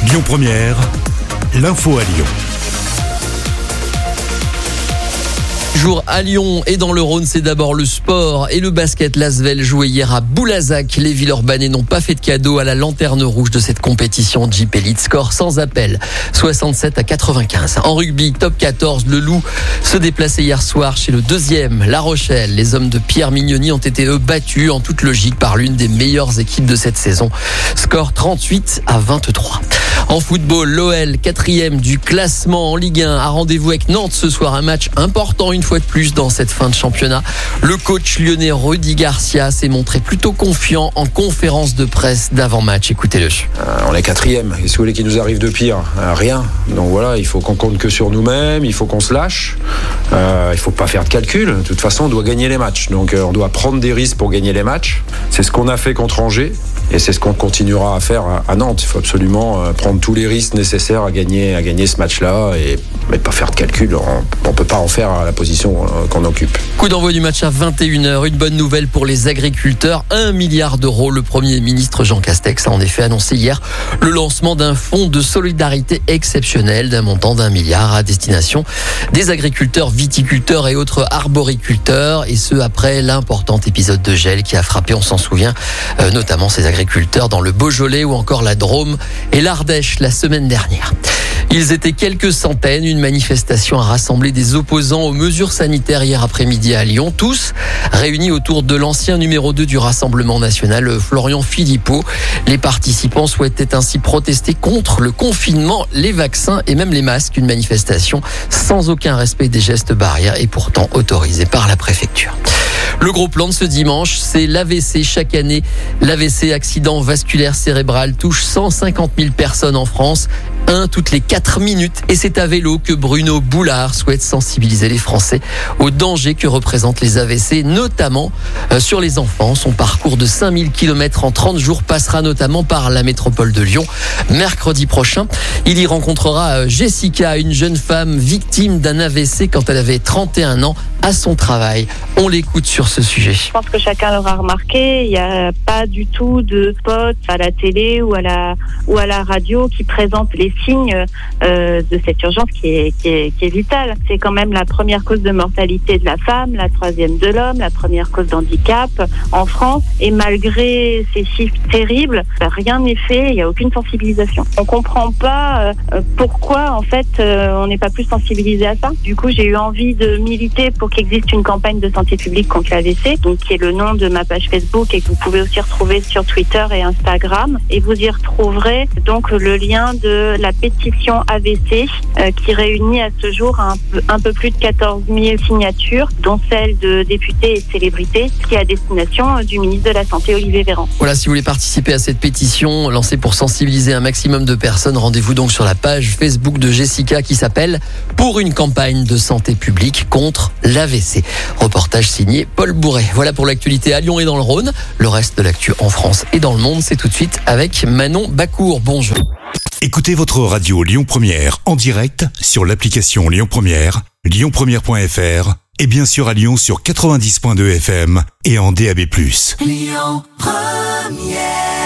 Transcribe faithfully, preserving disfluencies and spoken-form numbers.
Lyon Première, l'info à Lyon. Jour à Lyon et dans le Rhône, c'est d'abord le sport et le basket. L'Asvel jouait hier à Boulazac. Les Villeurbanais n'ont pas fait de cadeau à la lanterne rouge de cette compétition Jeep Elite. Score sans appel, soixante-sept à quatre-vingt-quinze. En rugby, top quatorze, le Loup se déplaçait hier soir chez le deuxième, La Rochelle. Les hommes de Pierre Mignoni ont été eux battus en toute logique par l'une des meilleures équipes de cette saison. Score trente-huit à vingt-trois. En football, l'O L, quatrième du classement en Ligue un, a rendez-vous avec Nantes ce soir. Un match important une fois de plus dans cette fin de championnat. Le coach lyonnais Rudy Garcia s'est montré plutôt confiant en conférence de presse d'avant-match. Écoutez-le. Euh, on est quatrième. Qu'est-ce que vous voulez qu'il nous arrive de pire ? euh, Rien. Donc voilà, il faut qu'on compte que sur nous-mêmes, il faut qu'on se lâche. Euh, il ne faut pas faire de calcul. De toute façon, on doit gagner les matchs. Donc euh, on doit prendre des risques pour gagner les matchs. C'est ce qu'on a fait contre Angers. Et c'est ce qu'on continuera à faire à Nantes. Il faut absolument prendre tous les risques nécessaires à gagner, à gagner ce match-là et mais pas faire de calcul. On ne peut pas en faire à la position qu'on occupe. Coup d'envoi du match à vingt et une heures. Une bonne nouvelle pour les agriculteurs. Un milliard d'euros. Le Premier ministre Jean Castex a en effet annoncé hier le lancement d'un fonds de solidarité exceptionnel d'un montant d'un milliard à destination des agriculteurs, viticulteurs et autres arboriculteurs. Et ce, après l'important épisode de gel qui a frappé, on s'en souvient, euh, notamment ces agriculteurs dans le Beaujolais ou encore la Drôme et l'Ardèche la semaine dernière. Ils étaient quelques centaines. Une manifestation a rassemblé des opposants aux mesures sanitaires hier après-midi à Lyon. Tous réunis autour de l'ancien numéro deux du Rassemblement national, Florian Philippot. Les participants souhaitaient ainsi protester contre le confinement, les vaccins et même les masques. Une manifestation sans aucun respect des gestes barrières et pourtant autorisée par la préfecture. Le gros plan de ce dimanche, c'est l'A V C. Chaque année, l'A V C, accident vasculaire cérébral, touche cent cinquante mille personnes en France. Un toutes les quatre minutes. Et c'est à vélo que Bruno Boulard souhaite sensibiliser les Français aux dangers que représentent les A V C, notamment sur les enfants. Son parcours de cinq mille kilomètres en trente jours passera notamment par la métropole de Lyon. Mercredi prochain, il y rencontrera Jessica, une jeune femme victime d'un A V C quand elle avait trente et un ans à son travail. On l'écoute sur ce sujet. Je pense que chacun l'aura remarqué, il n'y a pas du tout de spot à la télé ou à la, ou à la radio qui présente les signes euh, de cette urgence qui est, qui, est, qui est vitale. C'est quand même la première cause de mortalité de la femme, la troisième de l'homme, la première cause d'handicap en France. Et malgré ces chiffres terribles, rien n'est fait, il n'y a aucune sensibilisation. On ne comprend pas euh, pourquoi en fait euh, on n'est pas plus sensibilisé à ça. Du coup, j'ai eu envie de militer pour qu'il existe une campagne de santé publique contre l'A V C, donc qui est le nom de ma page Facebook et que vous pouvez aussi retrouver sur Twitter et Instagram. Et vous y retrouverez donc le lien de la pétition A V C euh, qui réunit à ce jour un peu, un peu plus de quatorze mille signatures, dont celles de députés et de célébrités, qui est à destination du ministre de la Santé Olivier Véran. Voilà, si vous voulez participer à cette pétition lancée pour sensibiliser un maximum de personnes, rendez-vous donc sur la page Facebook de Jessica qui s'appelle « Pour une campagne de santé publique contre l'A V C ». Reportage signé Paul Bourret. Voilà pour l'actualité à Lyon et dans le Rhône. Le reste de l'actu en France et dans le monde, c'est tout de suite avec Manon Bacour. Bonjour. Écoutez votre radio Lyon Première en direct sur l'application Lyon Première, lyon première point f r et bien sûr à Lyon sur quatre-vingt-dix point deux F M et en D A B plus. Lyon Première.